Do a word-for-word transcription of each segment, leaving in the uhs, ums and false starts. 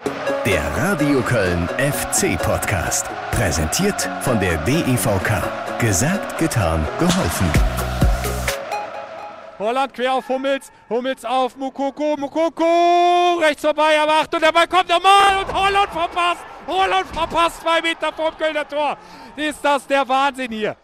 Der Radio Köln F C Podcast. Präsentiert von der D E V K. Gesagt, getan, geholfen. Holland quer auf Hummels. Hummels auf Moukoko. Moukoko rechts vorbei, aber Achtung, der Ball kommt nochmal und Holland verpasst. Holland verpasst zwei Meter vom Kölner Tor. Ist das der Wahnsinn hier.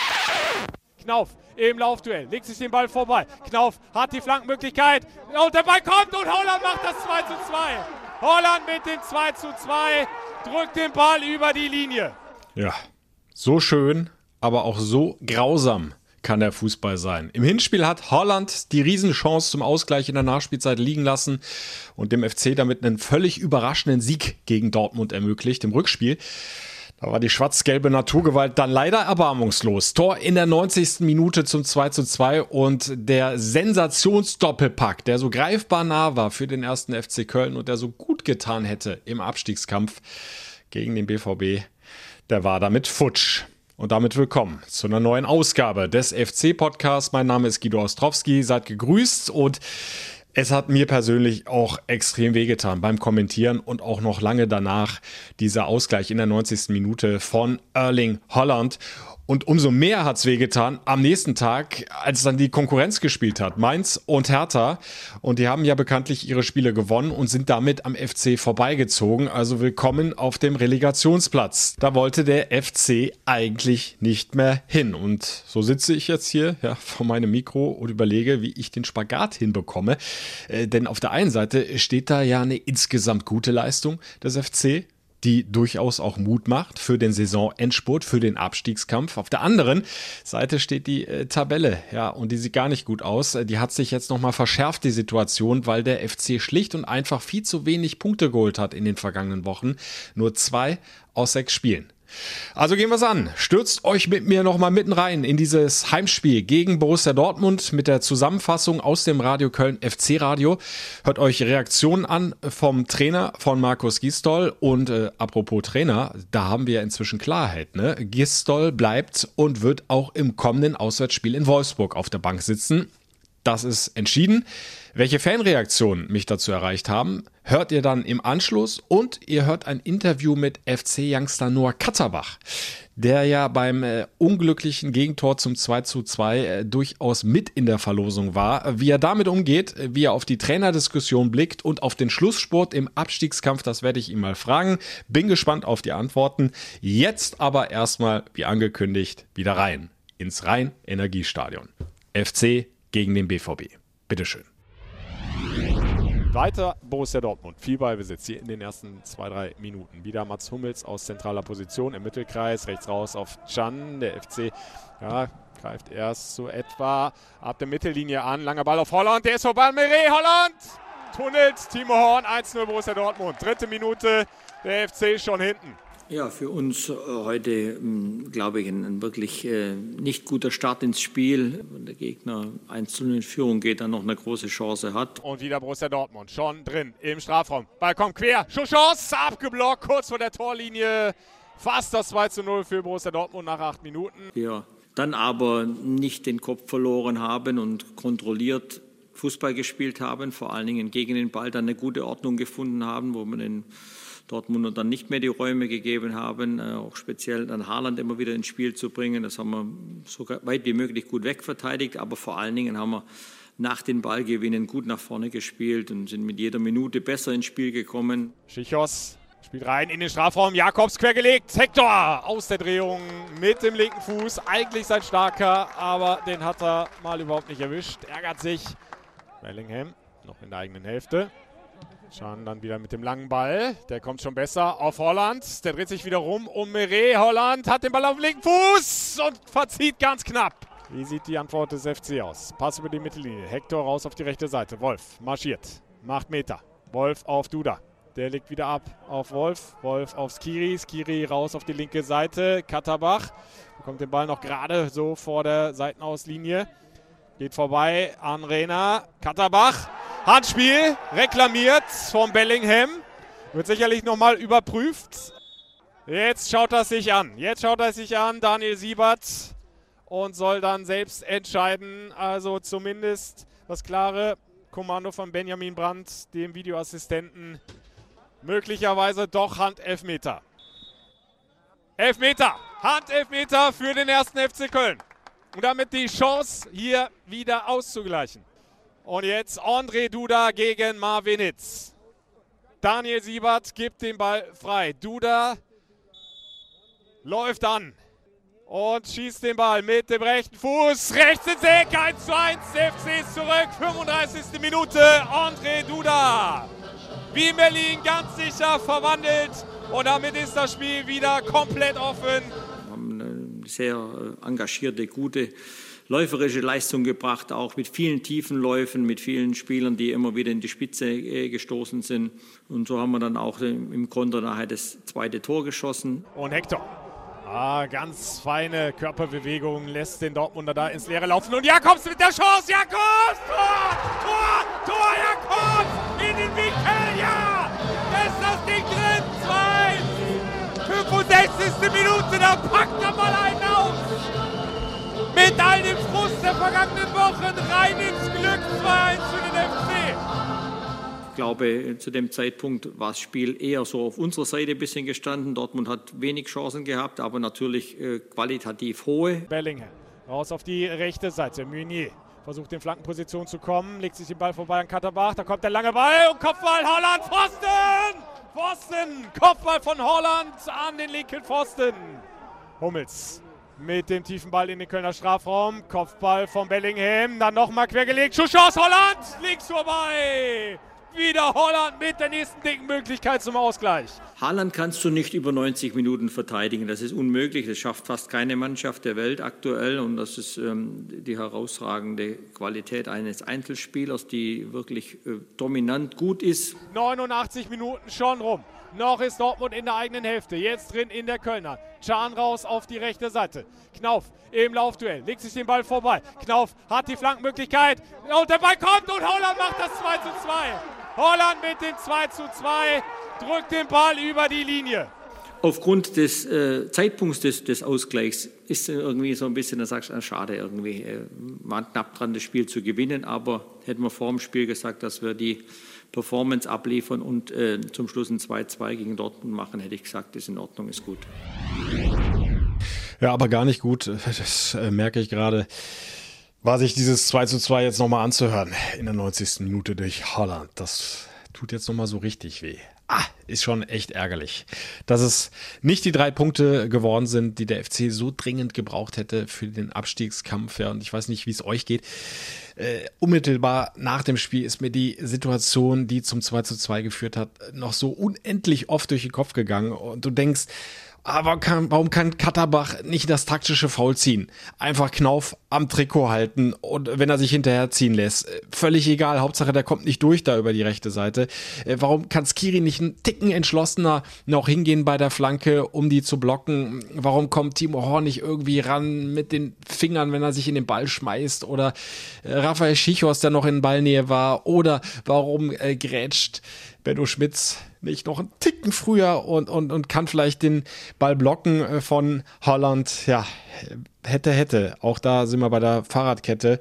Knauf im Laufduell, legt sich den Ball vorbei. Knauf hat die Flankenmöglichkeit und der Ball kommt und Holland macht das zwei zu zwei. Holland mit dem zwei zu zwei drückt den Ball über die Linie. Ja, so schön, aber auch so grausam kann der Fußball sein. Im Hinspiel hat Holland die Riesenchance zum Ausgleich in der Nachspielzeit liegen lassen und dem F C damit einen völlig überraschenden Sieg gegen Dortmund ermöglicht. Im Rückspiel da war die schwarz-gelbe Naturgewalt dann leider erbarmungslos. Tor in der neunzigsten Minute zum zwei zu zwei und der Sensationsdoppelpack, der so greifbar nah war für den ersten F C Köln und der so gut getan hätte im Abstiegskampf gegen den B V B, der war damit futsch. Und damit willkommen zu einer neuen Ausgabe des F C-Podcasts. Mein Name ist Guido Ostrowski, seid gegrüßt und es hat mir persönlich auch extrem wehgetan beim Kommentieren und auch noch lange danach dieser Ausgleich in der neunzigsten Minute von Erling Haaland. Und umso mehr hat es wehgetan am nächsten Tag, als dann die Konkurrenz gespielt hat, Mainz und Hertha. Und die haben ja bekanntlich ihre Spiele gewonnen und sind damit am F C vorbeigezogen. Also willkommen auf dem Relegationsplatz. Da wollte der F C eigentlich nicht mehr hin. Und so sitze ich jetzt hier ja, vor meinem Mikro und überlege, wie ich den Spagat hinbekomme. Äh, denn auf der einen Seite steht da ja eine insgesamt gute Leistung des F C, die durchaus auch Mut macht für den Saisonendspurt, für den Abstiegskampf. Auf der anderen Seite steht die äh, Tabelle, ja, und die sieht gar nicht gut aus. Die hat sich jetzt nochmal verschärft, die Situation, weil der F C schlicht und einfach viel zu wenig Punkte geholt hat in den vergangenen Wochen. Nur zwei aus sechs Spielen. Also gehen wir es an. Stürzt euch mit mir nochmal mitten rein in dieses Heimspiel gegen Borussia Dortmund mit der Zusammenfassung aus dem Radio Köln F C Radio. Hört euch Reaktionen an vom Trainer von Markus Gisdol und äh, apropos Trainer, da haben wir inzwischen Klarheit. Ne? Gisdol bleibt und wird auch im kommenden Auswärtsspiel in Wolfsburg auf der Bank sitzen. Das ist entschieden. Welche Fanreaktionen mich dazu erreicht haben, hört ihr dann im Anschluss und ihr hört ein Interview mit F C-Youngster Noah Katterbach, der ja beim äh, unglücklichen Gegentor zum zwei zu zwei äh, durchaus mit in der Verlosung war. Wie er damit umgeht, wie er auf die Trainerdiskussion blickt und auf den Schlussspurt im Abstiegskampf, das werde ich ihn mal fragen. Bin gespannt auf die Antworten. Jetzt aber erstmal, wie angekündigt, wieder rein ins Rhein-Energiestadion. F C gegen den B V B. Bitteschön. Weiter Borussia Dortmund. Viel Ballbesitz hier in den ersten zwei, drei Minuten. Wieder Mats Hummels aus zentraler Position im Mittelkreis. Rechts raus auf Can. Der F C ja, greift erst so etwa ab der Mittellinie an. Langer Ball auf Holland. Der ist vorbei. Meret, Holland! Tunnelt Timo Horn. eins zu null Borussia Dortmund. Dritte Minute. Der F C schon hinten. Ja, für uns äh, heute, ähm, glaube ich, ein, ein wirklich äh, nicht guter Start ins Spiel. Wenn der Gegner eins zu null in Führung geht, dann noch eine große Chance hat. Und wieder Borussia Dortmund, schon drin im Strafraum. Ball kommt quer, Chance, abgeblockt, kurz vor der Torlinie. Fast das zwei zu null für Borussia Dortmund nach acht Minuten. Wir dann aber nicht den Kopf verloren haben und kontrolliert Fußball gespielt haben, vor allen Dingen gegen den Ball dann eine gute Ordnung gefunden haben, wo man den Dortmunder dann nicht mehr die Räume gegeben haben, auch speziell dann Haaland immer wieder ins Spiel zu bringen. Das haben wir so weit wie möglich gut wegverteidigt, aber vor allen Dingen haben wir nach den Ballgewinnen gut nach vorne gespielt und sind mit jeder Minute besser ins Spiel gekommen. Schichos spielt rein in den Strafraum, Jakobs quergelegt, Hector aus der Drehung mit dem linken Fuß, eigentlich sein starker, aber den hat er mal überhaupt nicht erwischt, ärgert sich. Bellingham noch in der eigenen Hälfte. Can dann wieder mit dem langen Ball. Der kommt schon besser auf Holland. Der dreht sich wieder rum um Meret. Holland hat den Ball auf dem linken Fuß und verzieht ganz knapp. Wie sieht die Antwort des F C aus? Pass über die Mittellinie. Hector raus auf die rechte Seite. Wolf marschiert. Macht Meter. Wolf auf Duda. Der legt wieder ab auf Wolf. Wolf auf Skiri. Skiri raus auf die linke Seite. Katterbach bekommt den Ball noch gerade so vor der Seitenauslinie. Geht vorbei an Rena. Katterbach. Handspiel, reklamiert vom Bellingham. Wird sicherlich nochmal überprüft. Jetzt schaut er sich an. Jetzt schaut er sich an, Daniel Siebert. Und soll dann selbst entscheiden. Also zumindest das klare Kommando von Benjamin Brandt, dem Videoassistenten. möglicherweise doch Handelfmeter. Elfmeter, Handelfmeter für den ersten F C Köln. Und damit die Chance, hier wieder auszugleichen. Und jetzt André Duda gegen Marvin Hitz. Daniel Siebert gibt den Ball frei. Duda läuft an und schießt den Ball mit dem rechten Fuß. Rechts ins Eck, eins zu eins, der F C ist zurück. fünfunddreißigste Minute, André Duda. Wie in Berlin ganz sicher verwandelt. Und damit ist das Spiel wieder komplett offen. Wir haben eine sehr engagierte, gute läuferische Leistung gebracht, auch mit vielen tiefen Läufen, mit vielen Spielern, die immer wieder in die Spitze äh, gestoßen sind. Und so haben wir dann auch im Konter nachher das zweite Tor geschossen. Und Hector. Ah, ganz feine Körperbewegung, lässt den Dortmunder da ins Leere laufen. Und Jakobs mit der Chance, Jakobs! Tor! Tor! Tor, Jakobs! In den Winkel, ja! Da ist das Ding drin, zwei! fünfundsechzigste Minute, da packt er mal einen aus! Mit all dem Frust der vergangenen Wochen rein ins Glück, zwei eins für den F C. Ich glaube, zu dem Zeitpunkt war das Spiel eher so auf unserer Seite ein bisschen gestanden. Dortmund hat wenig Chancen gehabt, aber natürlich äh, qualitativ hohe. Bellingham raus auf die rechte Seite. Meunier versucht in Flankenposition zu kommen, legt sich den Ball vorbei an Katterbach. Da kommt der lange Ball und Kopfball, Holland, Pfosten! Pfosten! Kopfball von Holland an den linken Pfosten. Hummels mit dem tiefen Ball in den Kölner Strafraum. Kopfball von Bellingham, dann nochmal quergelegt. Schuss, Holland, links vorbei. Wieder Holland mit der nächsten dicken Möglichkeit zum Ausgleich. Haaland kannst du nicht über neunzig Minuten verteidigen. Das ist unmöglich. Das schafft fast keine Mannschaft der Welt aktuell. Und das ist ähm, die herausragende Qualität eines Einzelspielers, die wirklich äh, dominant gut ist. neunundachtzig Minuten schon rum. Noch ist Dortmund in der eigenen Hälfte. Jetzt drin in der Kölner. Can raus auf die rechte Seite. Knauf im Laufduell. Legt sich den Ball vorbei. Knauf hat die Flankenmöglichkeit. Und der Ball kommt und Holland macht das zwei zu zwei. Holland mit dem zwei zu zwei drückt den Ball über die Linie. Aufgrund des äh, Zeitpunkts des, des Ausgleichs ist irgendwie so ein bisschen, da sagst du, schade irgendwie, äh, war knapp dran, das Spiel zu gewinnen, aber hätten wir vor dem Spiel gesagt, dass wir die Performance abliefern und äh, zum Schluss ein zwei zu zwei gegen Dortmund machen, hätte ich gesagt, ist in Ordnung, ist gut. Ja, aber gar nicht gut, das äh, merke ich gerade. War sich dieses zwei zu zwei jetzt nochmal anzuhören in der neunzigsten Minute durch Holland. Das tut jetzt nochmal so richtig weh. Ah, ist schon echt ärgerlich, dass es nicht die drei Punkte geworden sind, die der F C so dringend gebraucht hätte für den Abstiegskampf. Ja, und ich weiß nicht, wie es euch geht. Äh, unmittelbar nach dem Spiel ist mir die Situation, die zum zwei zu zwei geführt hat, noch so unendlich oft durch den Kopf gegangen. Und du denkst, aber kann, warum kann Katterbach nicht das taktische Foul ziehen? Einfach Knauf am Trikot halten und wenn er sich hinterherziehen lässt, völlig egal, Hauptsache der kommt nicht durch da über die rechte Seite. Warum kann Skiri nicht einen Ticken entschlossener noch hingehen bei der Flanke, um die zu blocken? Warum kommt Timo Horn nicht irgendwie ran mit den Fingern, wenn er sich in den Ball schmeißt? Oder Raphael Schichos, der noch in Ballnähe war? Oder warum äh, grätscht Benno Schmitz nicht noch einen Ticken früher und, und, und kann vielleicht den Ball blocken von Holland? Ja, hätte, hätte. Auch da sind wir bei der Fahrradkette.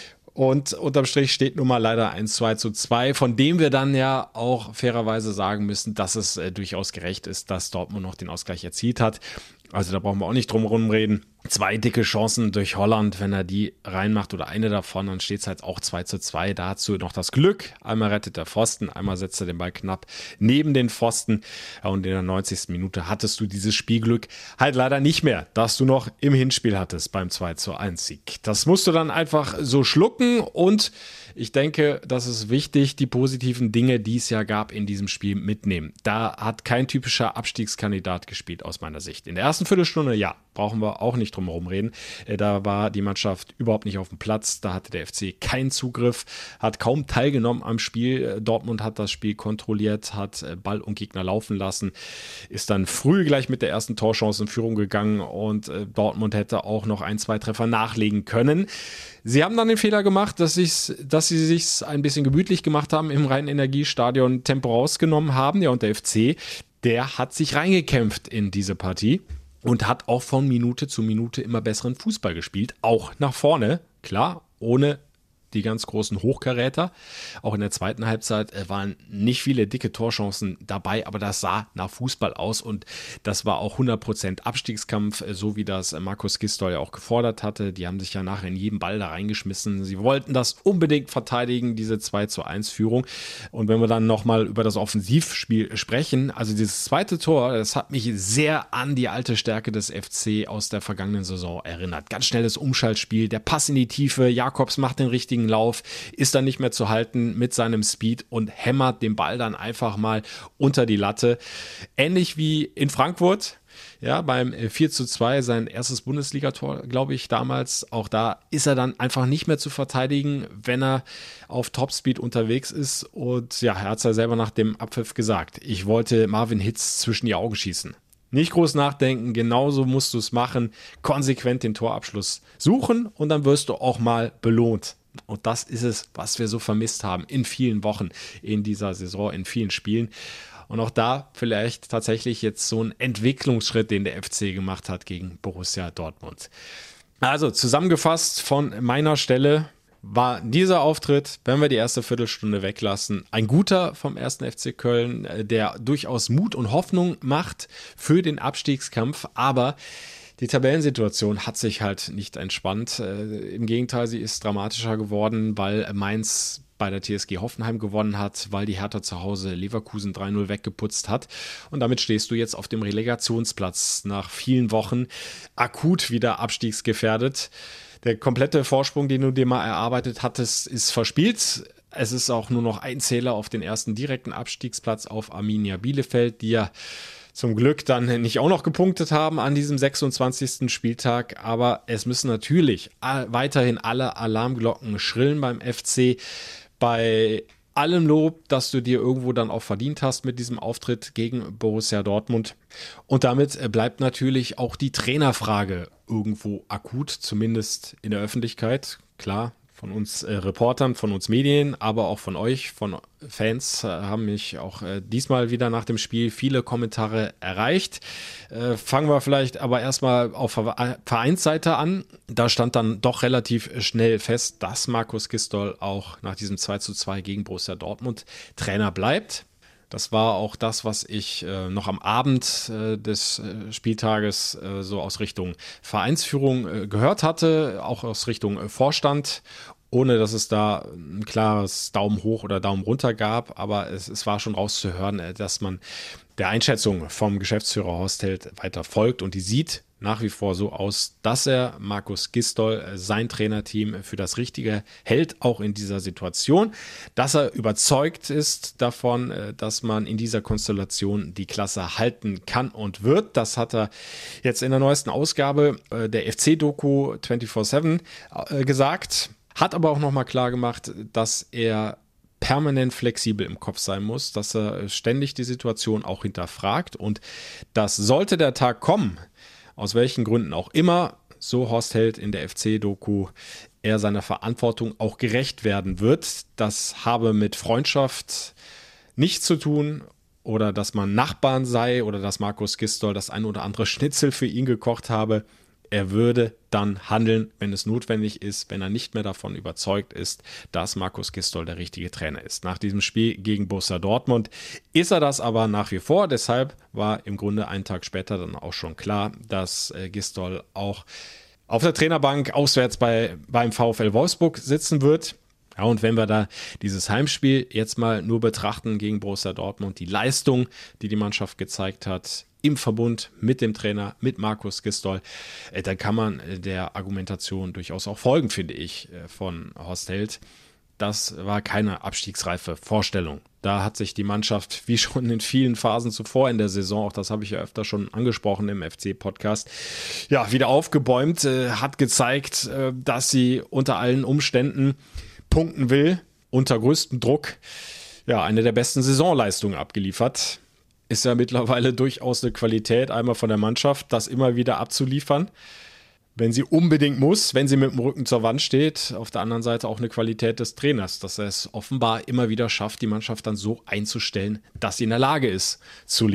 Und unterm Strich steht nun mal leider ein zwei zu zwei, von dem wir dann ja auch fairerweise sagen müssen, dass es äh, durchaus gerecht ist, dass Dortmund noch den Ausgleich erzielt hat. Also da brauchen wir auch nicht drum herum reden. Zwei dicke Chancen durch Holland, wenn er die reinmacht oder eine davon, dann steht es halt auch zwei zu zwei. Da hast du noch das Glück. Einmal rettet der Pfosten, einmal setzt er den Ball knapp neben den Pfosten. Und in der neunzigsten Minute hattest du dieses Spielglück halt leider nicht mehr, das du noch im Hinspiel hattest beim zwei zu eins Sieg. Das musst du dann einfach so schlucken und ich denke, das ist wichtig, die positiven Dinge, die es ja gab in diesem Spiel, mitnehmen. Da hat kein typischer Abstiegskandidat gespielt aus meiner Sicht. In der ersten Viertelstunde, ja, brauchen wir auch nicht drum herum reden. Da war die Mannschaft überhaupt nicht auf dem Platz. Da hatte der F C keinen Zugriff, hat kaum teilgenommen am Spiel. Dortmund hat das Spiel kontrolliert, hat Ball und Gegner laufen lassen, ist dann früh gleich mit der ersten Torchance in Führung gegangen und Dortmund hätte auch noch ein, zwei Treffer nachlegen können. Sie haben dann den Fehler gemacht, dass, dass sie sich ein bisschen gemütlich gemacht haben, im Rhein-Energiestadion Tempo rausgenommen haben. Ja, und der F C, der hat sich reingekämpft in diese Partie und hat auch von Minute zu Minute immer besseren Fußball gespielt. Auch nach vorne, klar, ohne die ganz großen Hochkaräter. Auch in der zweiten Halbzeit waren nicht viele dicke Torchancen dabei, aber das sah nach Fußball aus und das war auch hundert Prozent Abstiegskampf, so wie das Markus Gisdol ja auch gefordert hatte. Die haben sich ja nachher in jeden Ball da reingeschmissen. Sie wollten das unbedingt verteidigen, diese zwei zu eins Führung. Und wenn wir dann nochmal über das Offensivspiel sprechen, also dieses zweite Tor, das hat mich sehr an die alte Stärke des F C aus der vergangenen Saison erinnert. Ganz schnelles Umschaltspiel, der Pass in die Tiefe, Jakobs macht den richtigen Lauf, ist dann nicht mehr zu halten mit seinem Speed und hämmert den Ball dann einfach mal unter die Latte. Ähnlich wie in Frankfurt, ja, beim vier zu zwei, sein erstes Bundesligator, glaube ich, damals. Auch da ist er dann einfach nicht mehr zu verteidigen, wenn er auf Topspeed unterwegs ist. Und ja, er hat es ja selber nach dem Abpfiff gesagt. Ich wollte Marvin Hitz zwischen die Augen schießen. Nicht groß nachdenken, genauso musst du es machen. Konsequent den Torabschluss suchen und dann wirst du auch mal belohnt. Und das ist es, was wir so vermisst haben in vielen Wochen in dieser Saison, in vielen Spielen. Und auch da vielleicht tatsächlich jetzt so ein Entwicklungsschritt, den der F C gemacht hat gegen Borussia Dortmund. Also zusammengefasst von meiner Stelle war dieser Auftritt, wenn wir die erste Viertelstunde weglassen, ein guter vom ersten F C Köln, der durchaus Mut und Hoffnung macht für den Abstiegskampf, aber die Tabellensituation hat sich halt nicht entspannt. Im Gegenteil, sie ist dramatischer geworden, weil Mainz bei der T S G Hoffenheim gewonnen hat, weil die Hertha zu Hause Leverkusen drei null weggeputzt hat. Und damit stehst du jetzt auf dem Relegationsplatz nach vielen Wochen akut wieder abstiegsgefährdet. Der komplette Vorsprung, den du dir mal erarbeitet hattest, ist verspielt. Es ist auch nur noch ein Zähler auf den ersten direkten Abstiegsplatz auf Arminia Bielefeld, die ja zum Glück dann nicht auch noch gepunktet haben an diesem sechsundzwanzigsten Spieltag. Aber es müssen natürlich weiterhin alle Alarmglocken schrillen beim F C. Bei allem Lob, dass du dir irgendwo dann auch verdient hast mit diesem Auftritt gegen Borussia Dortmund. Und damit bleibt natürlich auch die Trainerfrage irgendwo akut, zumindest in der Öffentlichkeit. Klar, von uns äh, Reportern, von uns Medien, aber auch von euch, von Fans äh, haben mich auch äh, diesmal wieder nach dem Spiel viele Kommentare erreicht. Äh, fangen wir vielleicht aber erstmal auf Vereinsseite an. Da stand dann doch relativ schnell fest, dass Markus Gisdol auch nach diesem zwei zu zwei gegen Borussia Dortmund Trainer bleibt. Das war auch das, was ich äh, noch am Abend äh, des äh, Spieltages äh, so aus Richtung Vereinsführung äh, gehört hatte, auch aus Richtung äh, Vorstand, ohne dass es da ein klares Daumen hoch oder Daumen runter gab. Aber es, es war schon rauszuhören, äh, dass man der Einschätzung vom Geschäftsführer Horst Held weiter folgt und die sieht nach wie vor so aus, dass er Markus Gisdol, sein Trainerteam, für das Richtige hält, auch in dieser Situation, dass er überzeugt ist davon, dass man in dieser Konstellation die Klasse halten kann und wird. Das hat er jetzt in der neuesten Ausgabe der F C-Doku vierundzwanzig sieben gesagt, hat aber auch nochmal klar gemacht, dass er permanent flexibel im Kopf sein muss, dass er ständig die Situation auch hinterfragt und das sollte der Tag kommen, aus welchen Gründen auch immer, so Horst Held in der F C-Doku, er seiner Verantwortung auch gerecht werden wird. Das habe mit Freundschaft nichts zu tun oder dass man Nachbarn sei oder dass Markus Gisdol das ein oder andere Schnitzel für ihn gekocht habe. Er würde dann handeln, wenn es notwendig ist, wenn er nicht mehr davon überzeugt ist, dass Markus Gisdol der richtige Trainer ist. Nach diesem Spiel gegen Borussia Dortmund ist er das aber nach wie vor. Deshalb war im Grunde einen Tag später dann auch schon klar, dass äh, Gisdol auch auf der Trainerbank auswärts bei, beim VfL Wolfsburg sitzen wird. Ja, und wenn wir da dieses Heimspiel jetzt mal nur betrachten gegen Borussia Dortmund, die Leistung, die die Mannschaft gezeigt hat, im Verbund mit dem Trainer, mit Markus Gisdol, äh, dann kann man äh, der Argumentation durchaus auch folgen, finde ich, äh, von Horst Held. Das war keine abstiegsreife Vorstellung. Da hat sich die Mannschaft, wie schon in vielen Phasen zuvor in der Saison, auch das habe ich ja öfter schon angesprochen im F C-Podcast, ja, wieder aufgebäumt, äh, hat gezeigt, äh, dass sie unter allen Umständen punkten will, unter größtem Druck, ja, eine der besten Saisonleistungen abgeliefert. Ist ja mittlerweile durchaus eine Qualität, einmal von der Mannschaft, das immer wieder abzuliefern, wenn sie unbedingt muss, wenn sie mit dem Rücken zur Wand steht. Auf der anderen Seite auch eine Qualität des Trainers, dass er es offenbar immer wieder schafft, die Mannschaft dann so einzustellen, dass sie in der Lage ist zu liefern.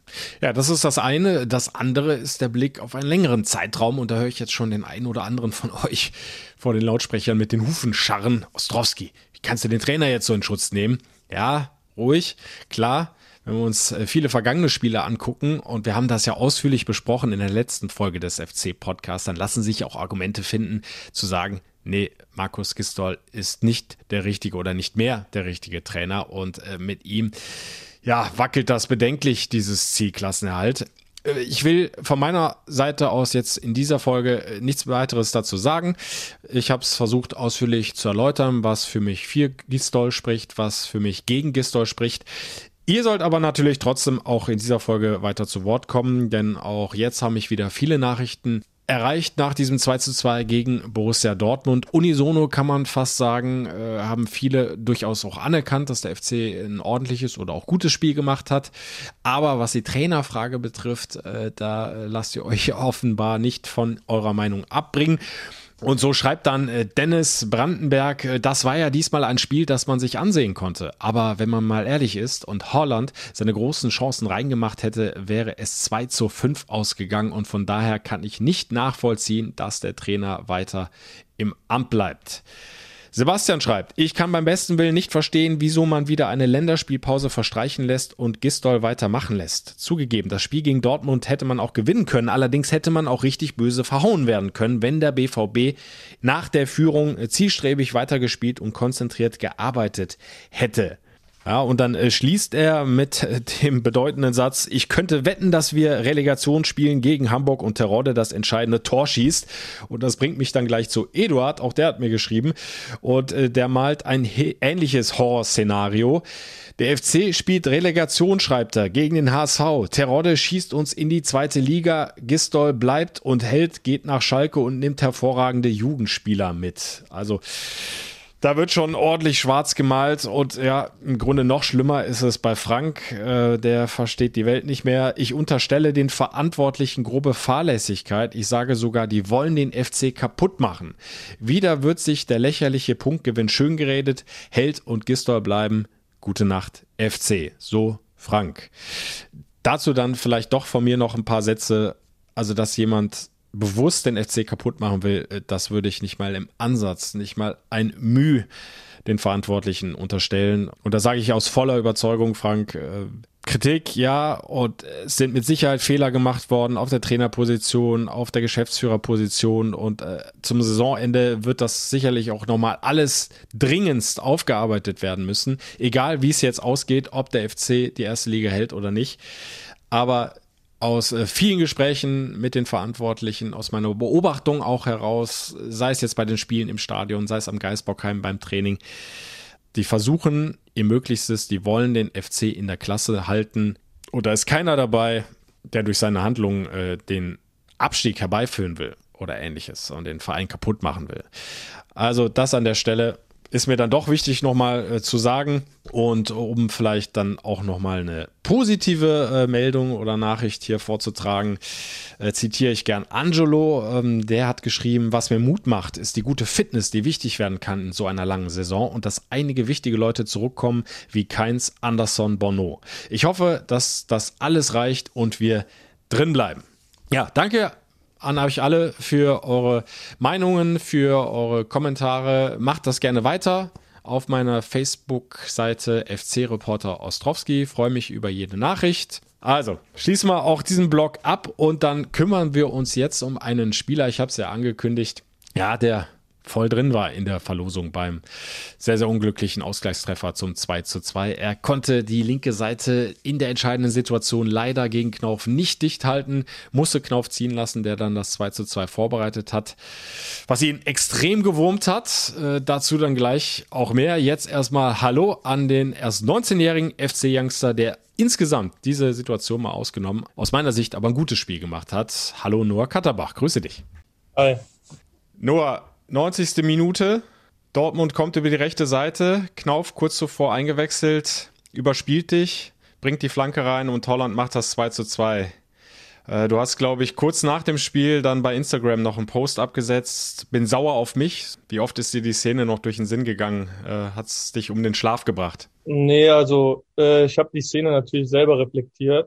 Ja, das ist das eine. Das andere ist der Blick auf einen längeren Zeitraum. Und da höre ich jetzt schon den einen oder anderen von euch vor den Lautsprechern mit den Hufen scharren. Ostrowski, wie kannst du den Trainer jetzt so in Schutz nehmen? Ja, ruhig, klar. Wenn wir uns viele vergangene Spiele angucken, und wir haben das ja ausführlich besprochen in der letzten Folge des F C-Podcasts, dann lassen sich auch Argumente finden, zu sagen, nee, Markus Gisdol ist nicht der richtige oder nicht mehr der richtige Trainer. Und äh, mit ihm, ja, wackelt das bedenklich, dieses Zielklassenerhalt. Äh, ich will von meiner Seite aus jetzt in dieser Folge nichts weiteres dazu sagen. Ich habe es versucht ausführlich zu erläutern, was für mich für Gisdol spricht, was für mich gegen Gisdol spricht. Ihr sollt aber natürlich trotzdem auch in dieser Folge weiter zu Wort kommen, denn auch jetzt haben mich wieder viele Nachrichten erreicht nach diesem zwei zu zwei gegen Borussia Dortmund. Unisono kann man fast sagen, äh, haben viele durchaus auch anerkannt, dass der F C ein ordentliches oder auch gutes Spiel gemacht hat. Aber was die Trainerfrage betrifft, äh, da lasst ihr euch offenbar nicht von eurer Meinung abbringen. Und so schreibt dann äh, Dennis Brandenberg, äh, das war ja diesmal ein Spiel, das man sich ansehen konnte. Aber wenn man mal ehrlich ist und Haaland seine großen Chancen reingemacht hätte, wäre es zwei zu fünf ausgegangen. Und von daher kann ich nicht nachvollziehen, dass der Trainer weiter im Amt bleibt. Sebastian schreibt, ich kann beim besten Willen nicht verstehen, wieso man wieder eine Länderspielpause verstreichen lässt und Gisdol weitermachen lässt. Zugegeben, das Spiel gegen Dortmund hätte man auch gewinnen können, allerdings hätte man auch richtig böse verhauen werden können, wenn der B V B nach der Führung zielstrebig weitergespielt und konzentriert gearbeitet hätte. Ja, und dann äh, schließt er mit äh, dem bedeutenden Satz, ich könnte wetten, dass wir Relegation spielen gegen Hamburg und Terodde das entscheidende Tor schießt. Und das bringt mich dann gleich zu Eduard, auch der hat mir geschrieben. Und äh, der malt ein he- ähnliches Horrorszenario. Der F C spielt Relegation, schreibt er, gegen den H S V. Terodde schießt uns in die zweite Liga. Gisdol bleibt und hält, geht nach Schalke und nimmt hervorragende Jugendspieler mit. Also da wird schon ordentlich schwarz gemalt und ja, im Grunde noch schlimmer ist es bei Frank, äh, der versteht die Welt nicht mehr. Ich unterstelle den Verantwortlichen grobe Fahrlässigkeit. Ich sage sogar, die wollen den F C kaputt machen. Wieder wird sich der lächerliche Punktgewinn schön geredet, Held und Gisdol bleiben. Gute Nacht, F C. So Frank. Dazu dann vielleicht doch von mir noch ein paar Sätze, also dass jemand bewusst den F C kaputt machen will, das würde ich nicht mal im Ansatz, nicht mal ein Mühe den Verantwortlichen unterstellen. Und da sage ich aus voller Überzeugung, Frank, äh, Kritik, ja, und es sind mit Sicherheit Fehler gemacht worden auf der Trainerposition, auf der Geschäftsführerposition und äh, zum Saisonende wird das sicherlich auch nochmal alles dringendst aufgearbeitet werden müssen, egal wie es jetzt ausgeht, ob der F C die erste Liga hält oder nicht. Aber aus äh, vielen Gesprächen mit den Verantwortlichen, aus meiner Beobachtung auch heraus, sei es jetzt bei den Spielen im Stadion, sei es am Geisbockheim beim Training, die versuchen ihr Möglichstes, die wollen den F C in der Klasse halten. Und da ist keiner dabei, der durch seine Handlungen äh, den Abstieg herbeiführen will oder ähnliches und den Verein kaputt machen will. Also das an der Stelle ist mir dann doch wichtig nochmal äh, zu sagen und um vielleicht dann auch nochmal eine positive äh, Meldung oder Nachricht hier vorzutragen, äh, zitiere ich gern Angelo, ähm, der hat geschrieben, was mir Mut macht, ist die gute Fitness, die wichtig werden kann in so einer langen Saison und dass einige wichtige Leute zurückkommen, wie Keins, Anderson, Bono. Ich hoffe, dass das alles reicht und wir drin bleiben. Ja, danke an euch alle für eure Meinungen, für eure Kommentare. Macht das gerne weiter auf meiner Facebook-Seite F C-Reporter Ostrowski. Freue mich über jede Nachricht. Also, schließen wir auch diesen Blog ab und dann kümmern wir uns jetzt um einen Spieler. Ich habe es ja angekündigt. Ja, der voll drin war in der Verlosung beim sehr, sehr unglücklichen Ausgleichstreffer zum zwei zu zwei. Er konnte die linke Seite in der entscheidenden Situation leider gegen Knauf nicht dicht halten, musste Knauf ziehen lassen, der dann das zwei zu zwei vorbereitet hat, was ihn extrem gewurmt hat. Äh, dazu dann gleich auch mehr. Jetzt erstmal Hallo an den erst neunzehnjährigen F C-Youngster, der insgesamt diese Situation mal ausgenommen, aus meiner Sicht aber ein gutes Spiel gemacht hat. Hallo Noah Katterbach, grüße dich. Hi. Noah, neunzigste Minute, Dortmund kommt über die rechte Seite, Knauf kurz zuvor eingewechselt, überspielt dich, bringt die Flanke rein und Holland macht das zwei zu zwei. Äh, du hast, glaube ich, kurz nach dem Spiel dann bei Instagram noch einen Post abgesetzt, bin sauer auf mich. Wie oft ist dir die Szene noch durch den Sinn gegangen? Äh, hat es dich um den Schlaf gebracht? Nee, also äh, ich habe die Szene natürlich selber reflektiert.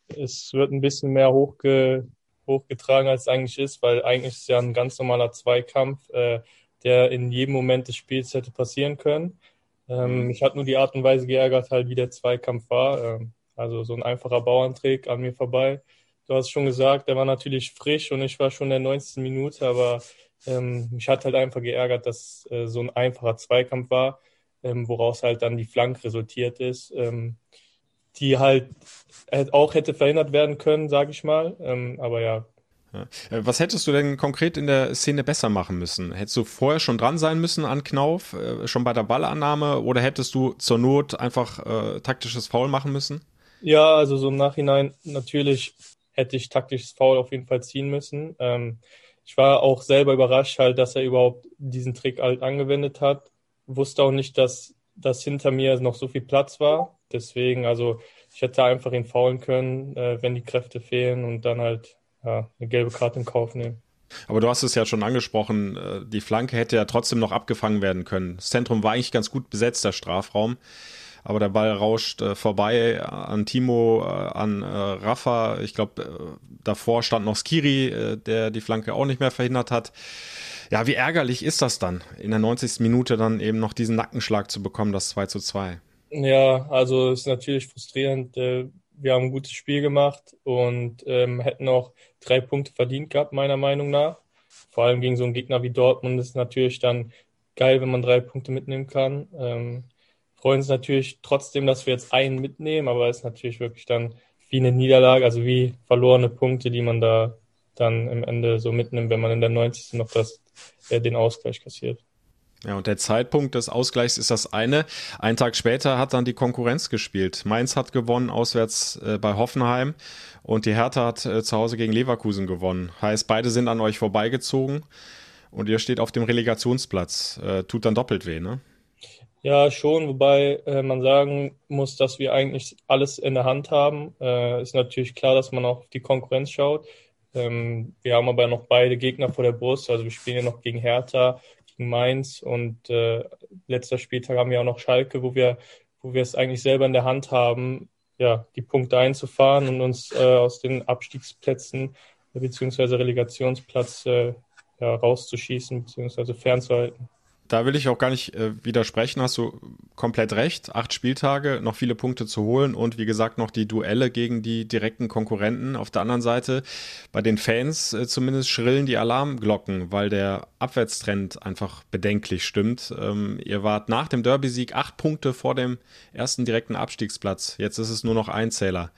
es wird ein bisschen mehr hochge, hochgetragen, als es eigentlich ist, weil eigentlich ist es ja ein ganz normaler Zweikampf, äh, der in jedem Moment des Spiels hätte passieren können. Ähm, mich hat nur die Art und Weise geärgert, halt wie der Zweikampf war. Ähm, also so ein einfacher Bauerntrick an mir vorbei. Du hast schon gesagt, der war natürlich frisch und ich war schon in der neunzigsten Minute, aber ähm, mich hat halt einfach geärgert, dass äh, so ein einfacher Zweikampf war, ähm, woraus halt dann die Flanke resultiert ist, ähm, die halt auch hätte verhindert werden können, sage ich mal. Ähm, aber ja. Ja. Was hättest du denn konkret in der Szene besser machen müssen? Hättest du vorher schon dran sein müssen an Knauf, äh, schon bei der Ballannahme, oder hättest du zur Not einfach äh, taktisches Foul machen müssen? Ja, also so im Nachhinein natürlich hätte ich taktisches Foul auf jeden Fall ziehen müssen. Ähm, ich war auch selber überrascht halt, dass er überhaupt diesen Trick halt angewendet hat. Wusste auch nicht, dass, dass hinter mir noch so viel Platz war. Deswegen, also ich hätte einfach ihn foulen können, äh, wenn die Kräfte fehlen, und dann halt ja, eine gelbe Karte in Kauf nehmen. Aber du hast es ja schon angesprochen, äh, die Flanke hätte ja trotzdem noch abgefangen werden können. Das Zentrum war eigentlich ganz gut besetzt, der Strafraum. Aber der Ball rauscht äh, vorbei an Timo, äh, an äh, Rafa. Ich glaube, äh, davor stand noch Skiri, äh, der die Flanke auch nicht mehr verhindert hat. Ja, wie ärgerlich ist das dann, in der neunzigsten Minute dann eben noch diesen Nackenschlag zu bekommen, das zwei zu zwei? Ja, also es ist natürlich frustrierend. Äh, Wir haben ein gutes Spiel gemacht und ähm, hätten auch drei Punkte verdient gehabt, meiner Meinung nach. Vor allem gegen so einen Gegner wie Dortmund ist es natürlich dann geil, wenn man drei Punkte mitnehmen kann. Ähm, freuen uns natürlich trotzdem, dass wir jetzt einen mitnehmen, aber es ist natürlich wirklich dann wie eine Niederlage, also wie verlorene Punkte, die man da dann im Ende so mitnimmt, wenn man in der neunzigsten noch das, äh, den Ausgleich kassiert. Ja, und der Zeitpunkt des Ausgleichs ist das eine. Einen Tag später hat dann die Konkurrenz gespielt. Mainz hat gewonnen, auswärts äh, bei Hoffenheim, und die Hertha hat äh, zu Hause gegen Leverkusen gewonnen. Heißt, beide sind an euch vorbeigezogen und ihr steht auf dem Relegationsplatz. Äh, tut dann doppelt weh, ne? Ja, schon, wobei äh, man sagen muss, dass wir eigentlich alles in der Hand haben. Äh, ist natürlich klar, dass man auch auf die Konkurrenz schaut. Ähm, wir haben aber noch beide Gegner vor der Brust. Also wir spielen ja noch gegen Hertha, gegen Mainz, und äh, letzter Spieltag haben wir auch noch Schalke, wo wir, wo wir es eigentlich selber in der Hand haben, ja, die Punkte einzufahren und uns äh, aus den Abstiegsplätzen äh, beziehungsweise Relegationsplatz äh, ja, rauszuschießen beziehungsweise fernzuhalten. Da will ich auch gar nicht äh, widersprechen, hast du komplett recht. Acht Spieltage, noch viele Punkte zu holen und wie gesagt noch die Duelle gegen die direkten Konkurrenten. Auf der anderen Seite, bei den Fans äh, zumindest schrillen die Alarmglocken, weil der Abwärtstrend einfach bedenklich stimmt. Ähm, ihr wart nach dem Derby-Sieg acht Punkte vor dem ersten direkten Abstiegsplatz. Jetzt ist es nur noch ein Zähler.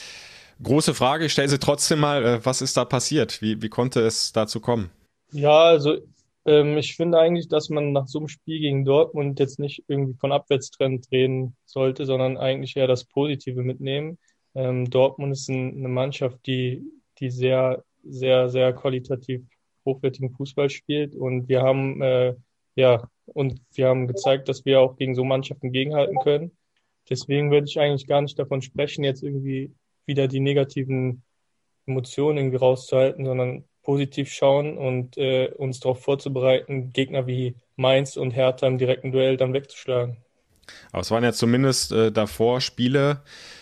Große Frage, ich stelle sie trotzdem mal, äh, was ist da passiert? Wie, wie konnte es dazu kommen? Ja, also Ähm, ich finde eigentlich, dass man nach so einem Spiel gegen Dortmund jetzt nicht irgendwie von Abwärtstrend reden sollte, sondern eigentlich eher das Positive mitnehmen. Ähm, Dortmund ist ein, eine Mannschaft, die, die sehr, sehr, sehr qualitativ hochwertigen Fußball spielt, und wir haben, äh, ja, und wir haben gezeigt, dass wir auch gegen so Mannschaften gegenhalten können. Deswegen würde ich eigentlich gar nicht davon sprechen, jetzt irgendwie wieder die negativen Emotionen irgendwie rauszuhalten, sondern positiv schauen und äh, uns darauf vorzubereiten, Gegner wie Mainz und Hertha im direkten Duell dann wegzuschlagen. Aber es waren ja zumindest äh, davor Spiele,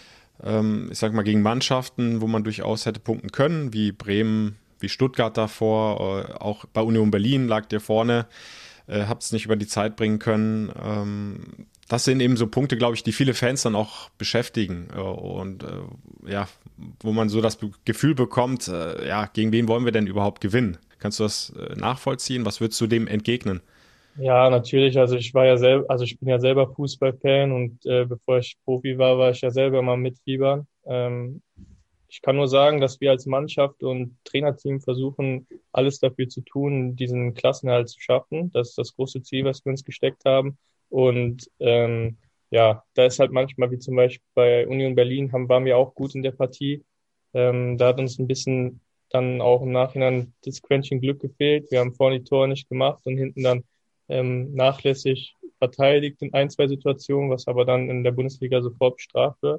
ähm, ich sag mal, gegen Mannschaften, wo man durchaus hätte punkten können, wie Bremen, wie Stuttgart davor, äh, auch bei Union Berlin lag ihr vorne, äh, habt es nicht über die Zeit bringen können. Ähm, das sind eben so Punkte, glaube ich, die viele Fans dann auch beschäftigen äh, und äh, ja, wo man so das Gefühl bekommt, äh, ja, gegen wen wollen wir denn überhaupt gewinnen? Kannst du das äh, nachvollziehen? Was würdest du dem entgegnen? Ja, natürlich. Also ich war ja selber, also ich bin ja selber Fußballfan, und äh, bevor ich Profi war, war ich ja selber mal Mitfieber. Ähm, ich kann nur sagen, dass wir als Mannschaft und Trainerteam versuchen, alles dafür zu tun, diesen Klassenerhalt zu schaffen. Das ist das große Ziel, was wir uns gesteckt haben. Und ähm, ja, da ist halt manchmal, wie zum Beispiel bei Union Berlin, haben, waren wir auch gut in der Partie. Ähm, da hat uns ein bisschen dann auch im Nachhinein das Quäntchen Glück gefehlt. Wir haben vorne die Tore nicht gemacht und hinten dann ähm, nachlässig verteidigt in ein, zwei Situationen, was aber dann in der Bundesliga sofort bestraft wird.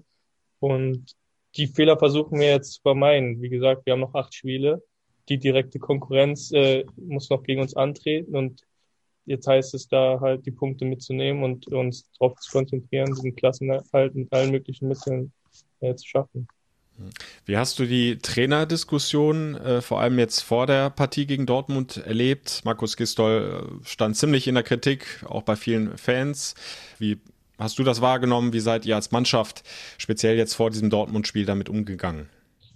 Und die Fehler versuchen wir jetzt zu vermeiden. Wie gesagt, wir haben noch acht Spiele. Die direkte Konkurrenz äh, muss noch gegen uns antreten, und jetzt heißt es da halt, die Punkte mitzunehmen und uns darauf zu konzentrieren, diesen Klassenerhalt mit allen möglichen Mitteln äh, zu schaffen. Wie hast du die Trainerdiskussion äh, vor allem jetzt vor der Partie gegen Dortmund erlebt? Markus Gisdol stand ziemlich in der Kritik, auch bei vielen Fans. Wie hast du das wahrgenommen? Wie seid ihr als Mannschaft speziell jetzt vor diesem Dortmund-Spiel damit umgegangen?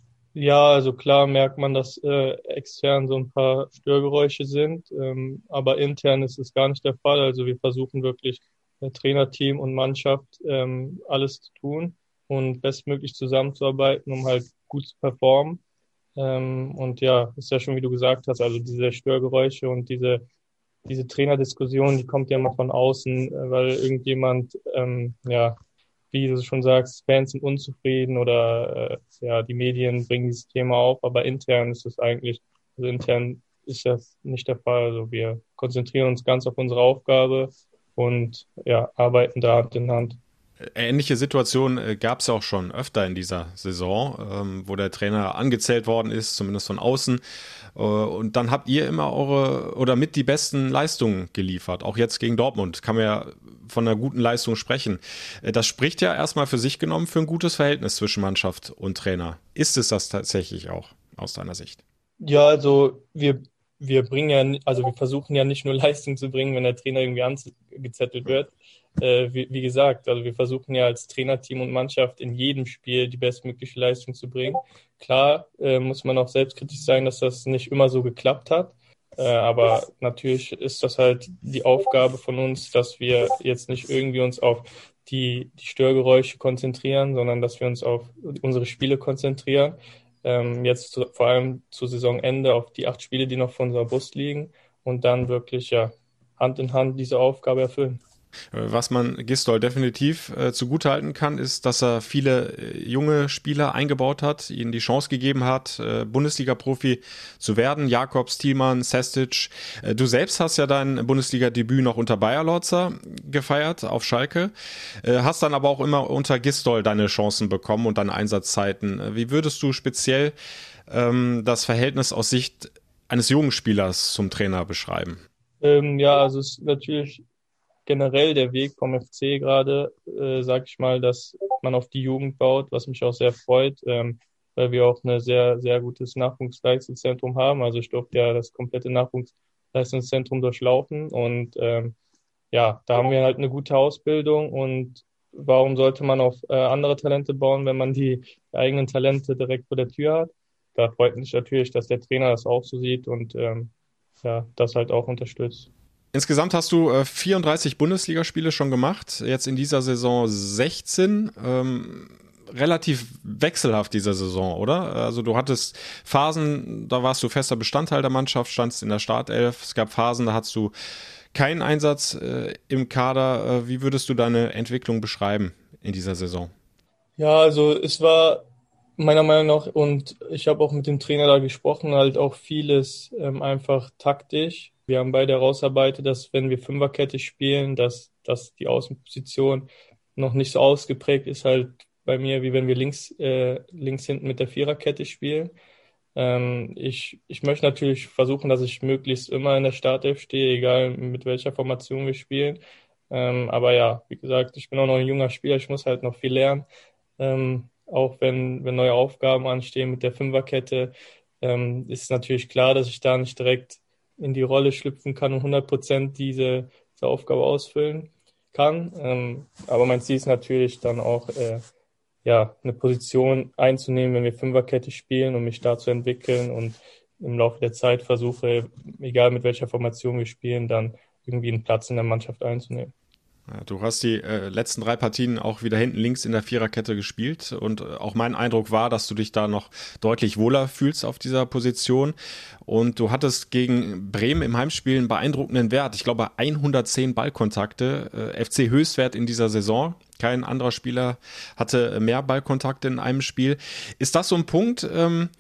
Ja, also klar merkt man, dass äh, extern so ein paar Störgeräusche sind, ähm, aber intern ist es gar nicht der Fall. Also wir versuchen wirklich, äh, Trainerteam und Mannschaft, ähm, alles zu tun und bestmöglich zusammenzuarbeiten, um halt gut zu performen. Ähm, und ja, ist ja schon, wie du gesagt hast, also diese Störgeräusche und diese, diese Trainerdiskussion, die kommt ja immer von außen, äh, weil irgendjemand, ähm, ja, wie du schon sagst, Fans sind unzufrieden oder äh, ja, die Medien bringen dieses Thema auf, aber intern ist es eigentlich, also intern ist das nicht der Fall. Also wir konzentrieren uns ganz auf unsere Aufgabe und ja, arbeiten da Hand in Hand. Ähnliche Situationen äh, gab es ja auch schon öfter in dieser Saison, ähm, wo der Trainer angezählt worden ist, zumindest von außen. Äh, und dann habt ihr immer eure oder mit die besten Leistungen geliefert. Auch jetzt gegen Dortmund kann man ja von einer guten Leistung sprechen. Äh, das spricht ja erstmal für sich genommen für ein gutes Verhältnis zwischen Mannschaft und Trainer. Ist es das tatsächlich auch aus deiner Sicht? Ja, also wir, wir bringen ja, ni- also wir versuchen ja nicht nur Leistung zu bringen, wenn der Trainer irgendwie angezettelt wird. Äh, wie, wie gesagt, also wir versuchen ja als Trainerteam und Mannschaft in jedem Spiel die bestmögliche Leistung zu bringen. Klar, äh, muss man auch selbstkritisch sein, dass das nicht immer so geklappt hat. Äh, aber natürlich ist das halt die Aufgabe von uns, dass wir jetzt nicht irgendwie uns auf die, die Störgeräusche konzentrieren, sondern dass wir uns auf unsere Spiele konzentrieren. Ähm, jetzt zu, vor allem zu Saisonende auf die acht Spiele, die noch vor unserer Brust liegen und dann wirklich ja Hand in Hand diese Aufgabe erfüllen. Was man Gisdol definitiv äh, zugutehalten kann, ist, dass er viele äh, junge Spieler eingebaut hat, ihnen die Chance gegeben hat, äh, Bundesliga-Profi zu werden. Jakobs, Thielmann, Sestic. Äh, du selbst hast ja dein Bundesliga-Debüt noch unter Bayer Lorzer gefeiert auf Schalke, äh, hast dann aber auch immer unter Gisdol deine Chancen bekommen und deine Einsatzzeiten. Äh, wie würdest du speziell ähm, das Verhältnis aus Sicht eines jungen Spielers zum Trainer beschreiben? Ähm, ja, also es ist natürlich generell der Weg vom F C gerade, äh, sag ich mal, dass man auf die Jugend baut, was mich auch sehr freut, ähm, weil wir auch ein sehr, sehr gutes Nachwuchsleistungszentrum haben. Also ich durfte ja das komplette Nachwuchsleistungszentrum durchlaufen und ähm, ja, da haben wir halt eine gute Ausbildung und warum sollte man auf äh, andere Talente bauen, wenn man die eigenen Talente direkt vor der Tür hat? Da freut mich natürlich, dass der Trainer das auch so sieht und ähm, ja, das halt auch unterstützt. Insgesamt hast du äh, vierunddreißig Bundesligaspiele schon gemacht, jetzt in dieser Saison sechzehn. Ähm, relativ wechselhaft dieser Saison, oder? Also du hattest Phasen, da warst du fester Bestandteil der Mannschaft, standst in der Startelf. Es gab Phasen, da hattest du keinen Einsatz äh, im Kader. Äh, wie würdest du deine Entwicklung beschreiben in dieser Saison? Ja, also es war meiner Meinung nach, und ich habe auch mit dem Trainer da gesprochen, halt auch vieles ähm, einfach taktisch. Wir haben beide herausarbeitet, dass wenn wir Fünferkette spielen, dass, dass die Außenposition noch nicht so ausgeprägt ist, halt bei mir, wie wenn wir links, äh, links hinten mit der Viererkette spielen. Ähm, ich, ich möchte natürlich versuchen, dass ich möglichst immer in der Startelf stehe, egal mit welcher Formation wir spielen. Ähm, aber ja, wie gesagt, ich bin auch noch ein junger Spieler, ich muss halt noch viel lernen. Ähm, auch wenn, wenn neue Aufgaben anstehen mit der Fünferkette, ähm, ist natürlich klar, dass ich da nicht direkt in die Rolle schlüpfen kann und hundert Prozent diese, diese Aufgabe ausfüllen kann. Ähm, aber mein Ziel ist natürlich dann auch, äh, ja, eine Position einzunehmen, wenn wir Fünferkette spielen, um mich da zu entwickeln und im Laufe der Zeit versuche, egal mit welcher Formation wir spielen, dann irgendwie einen Platz in der Mannschaft einzunehmen. Ja, du hast die äh, letzten drei Partien auch wieder hinten links in der Viererkette gespielt und äh, auch mein Eindruck war, dass du dich da noch deutlich wohler fühlst auf dieser Position und du hattest gegen Bremen im Heimspiel einen beeindruckenden Wert. Ich glaube hundertzehn Ballkontakte, äh, F C Höchstwert in dieser Saison. Kein anderer Spieler hatte mehr Ballkontakte in einem Spiel. Ist das so ein Punkt, ähm,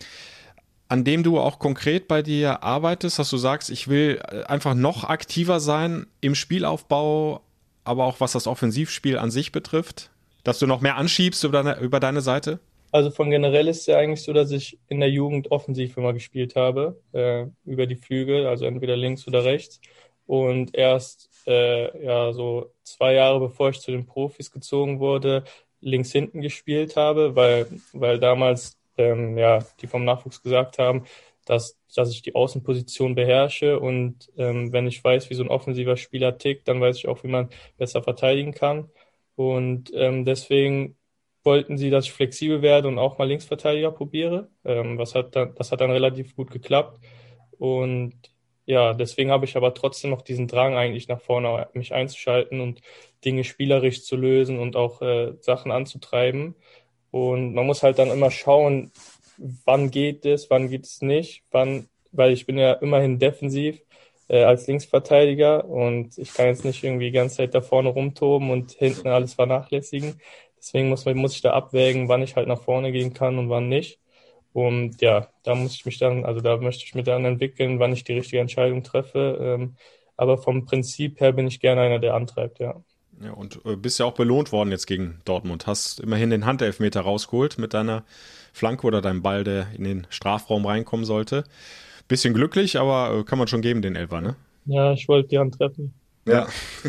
an dem du auch konkret bei dir arbeitest, dass du sagst, ich will einfach noch aktiver sein im Spielaufbau, aber auch was das Offensivspiel an sich betrifft, dass du noch mehr anschiebst über deine, über deine Seite? Also von generell ist es ja eigentlich so, dass ich in der Jugend offensiv immer gespielt habe, äh, über die Flügel, also entweder links oder rechts. Und erst äh, ja so zwei Jahre bevor ich zu den Profis gezogen wurde, links hinten gespielt habe, weil, weil damals ähm, ja, die vom Nachwuchs gesagt haben, dass, dass ich die Außenposition beherrsche und ähm, wenn ich weiß, wie so ein offensiver Spieler tickt, dann weiß ich auch, wie man besser verteidigen kann. Und ähm, deswegen wollten sie, dass ich flexibel werde und auch mal Linksverteidiger probiere. Ähm, was hat dann, das hat dann relativ gut geklappt. Und ja, deswegen habe ich aber trotzdem noch diesen Drang eigentlich nach vorne, mich einzuschalten und Dinge spielerisch zu lösen und auch äh, Sachen anzutreiben. Und man muss halt dann immer schauen, wann geht es, wann geht es nicht, wann, weil ich bin ja immerhin defensiv äh, als Linksverteidiger und ich kann jetzt nicht irgendwie die ganze Zeit da vorne rumtoben und hinten alles vernachlässigen. Deswegen muss man, muss ich da abwägen, wann ich halt nach vorne gehen kann und wann nicht. Und ja, da muss ich mich dann, also da möchte ich mich dann entwickeln, wann ich die richtige Entscheidung treffe. Ähm, aber vom Prinzip her bin ich gerne einer, der antreibt, ja. Ja, und äh, bist ja auch belohnt worden jetzt gegen Dortmund. Hast immerhin den Handelfmeter rausgeholt mit deiner Flanke oder deinem Ball, der in den Strafraum reinkommen sollte. Bisschen glücklich, aber äh, kann man schon geben, den Elfer, ne? Ja, ich wollte die Hand treffen. Ja,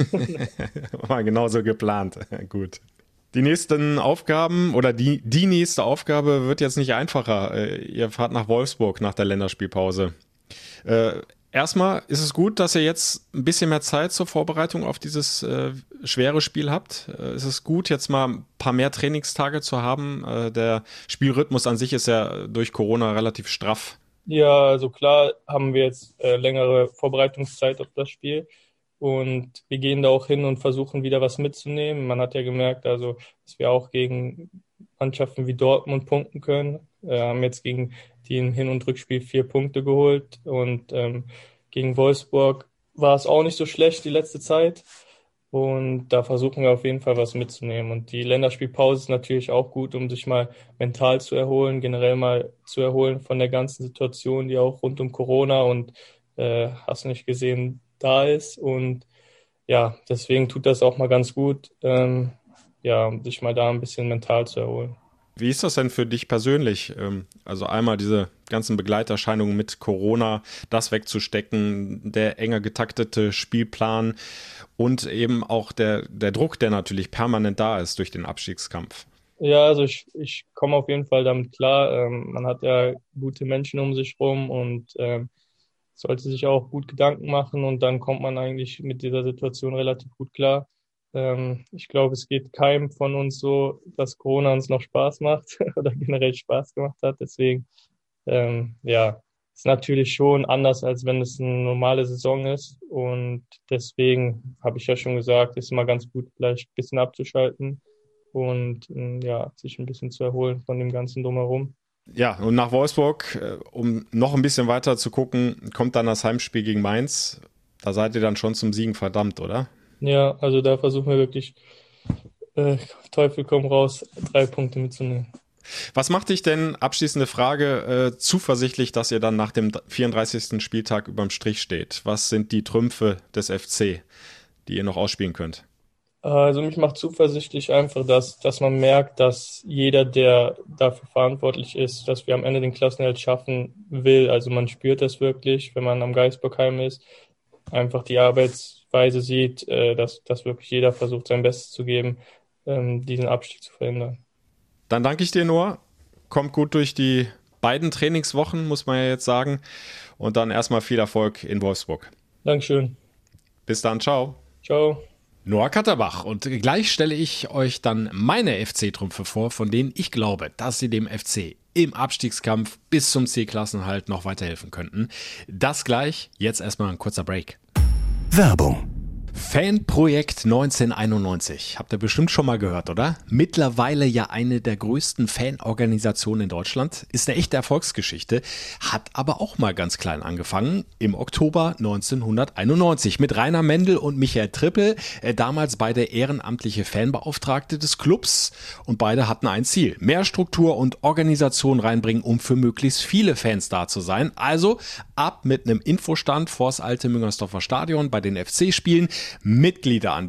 war genauso geplant. Gut. Die nächsten Aufgaben oder die, die nächste Aufgabe wird jetzt nicht einfacher. Äh, ihr fahrt nach Wolfsburg nach der Länderspielpause. Äh, Erstmal ist es gut, dass ihr jetzt ein bisschen mehr Zeit zur Vorbereitung auf dieses äh, schwere Spiel habt. Äh, ist es gut, jetzt mal ein paar mehr Trainingstage zu haben? Äh, der Spielrhythmus an sich ist ja durch Corona relativ straff. Ja, also klar haben wir jetzt äh, längere Vorbereitungszeit auf das Spiel und wir gehen da auch hin und versuchen wieder was mitzunehmen. Man hat ja gemerkt, also dass wir auch gegen Mannschaften wie Dortmund punkten können. Wir haben jetzt gegen die im Hin- und Rückspiel vier Punkte geholt und ähm, gegen Wolfsburg war es auch nicht so schlecht die letzte Zeit und da versuchen wir auf jeden Fall was mitzunehmen und die Länderspielpause ist natürlich auch gut, um sich mal mental zu erholen, generell mal zu erholen von der ganzen Situation, die auch rund um Corona und äh, hast nicht gesehen, da ist und ja, deswegen tut das auch mal ganz gut, ähm, ja, um sich mal da ein bisschen mental zu erholen. Wie ist das denn für dich persönlich? Also einmal diese ganzen Begleiterscheinungen mit Corona, das wegzustecken, der enger getaktete Spielplan und eben auch der, der Druck, der natürlich permanent da ist durch den Abstiegskampf. Ja, also ich, ich komme auf jeden Fall damit klar. Ähm, man hat ja gute Menschen um sich rum und ähm, sollte sich auch gut Gedanken machen und dann kommt man eigentlich mit dieser Situation relativ gut klar. Ähm, ich glaube, es geht keinem von uns so, dass Corona uns noch Spaß macht oder generell Spaß gemacht hat. Deswegen, ähm, ja, ist natürlich schon anders, als wenn es eine normale Saison ist. Und deswegen habe ich ja schon gesagt, ist immer ganz gut, vielleicht ein bisschen abzuschalten und ja, sich ein bisschen zu erholen von dem Ganzen drumherum. Ja, und nach Wolfsburg, um noch ein bisschen weiter zu gucken, kommt dann das Heimspiel gegen Mainz. Da seid ihr dann schon zum Siegen verdammt, oder? Ja, also da versuchen wir wirklich, äh, Teufel komm raus, drei Punkte mitzunehmen. Was macht dich denn, abschließende Frage, äh, zuversichtlich, dass ihr dann nach dem vierunddreißigsten Spieltag überm Strich steht? Was sind die Trümpfe des F C, die ihr noch ausspielen könnt? Also mich macht zuversichtlich einfach, dass, dass man merkt, dass jeder, der dafür verantwortlich ist, dass wir am Ende den Klassenerhalt schaffen will. Also man spürt das wirklich, wenn man am Geisbockheim ist, einfach die Arbeitsweise sieht, äh, dass, dass wirklich jeder versucht, sein Bestes zu geben, ähm, diesen Abstieg zu verhindern. Dann danke ich dir, Noah. Kommt gut durch die beiden Trainingswochen, muss man ja jetzt sagen. Und dann erstmal viel Erfolg in Wolfsburg. Dankeschön. Bis dann, ciao. Ciao. Noah Katterbach. Und gleich stelle ich euch dann meine F C-Trümpfe vor, von denen ich glaube, dass sie dem F C im Abstiegskampf bis zum C-Klassenhalt noch weiterhelfen könnten. Das gleich, jetzt erstmal ein kurzer Break. Werbung. Fanprojekt neunzehnhunderteinundneunzig. Habt ihr bestimmt schon mal gehört, oder? Mittlerweile ja eine der größten Fanorganisationen in Deutschland. Ist eine echte Erfolgsgeschichte. Hat aber auch mal ganz klein angefangen. Im Oktober neunzehnhunderteinundneunzig mit Rainer Mendel und Michael Trippel. Äh, damals beide ehrenamtliche Fanbeauftragte des Clubs. Und beide hatten ein Ziel. Mehr Struktur und Organisation reinbringen, um für möglichst viele Fans da zu sein. Also ab mit einem Infostand vors alte Müngersdorfer Stadion bei den F C-Spielen. Mitglieder anwerben.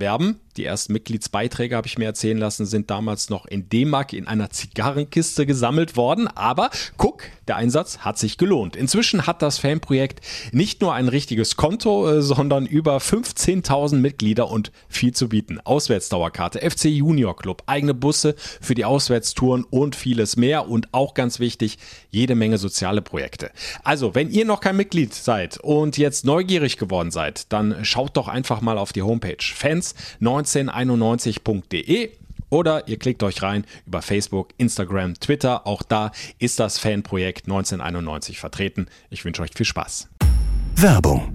Die ersten Mitgliedsbeiträge, habe ich mir erzählen lassen, sind damals noch in D-Mark in einer Zigarrenkiste gesammelt worden. Aber guck, der Einsatz hat sich gelohnt. Inzwischen hat das Fanprojekt nicht nur ein richtiges Konto, sondern über fünfzehntausend Mitglieder und viel zu bieten. Auswärtsdauerkarte, F C Junior Club, eigene Busse für die Auswärtstouren und vieles mehr. Und auch ganz wichtig, jede Menge soziale Projekte. Also, wenn ihr noch kein Mitglied seid und jetzt neugierig geworden seid, dann schaut doch einfach mal auf die Homepage fans neunzehnhunderteinundneunzig punkt de oder ihr klickt euch rein über Facebook, Instagram, Twitter. Auch da ist das Fanprojekt neunzehnhunderteinundneunzig vertreten. Ich wünsche euch viel Spaß. Werbung.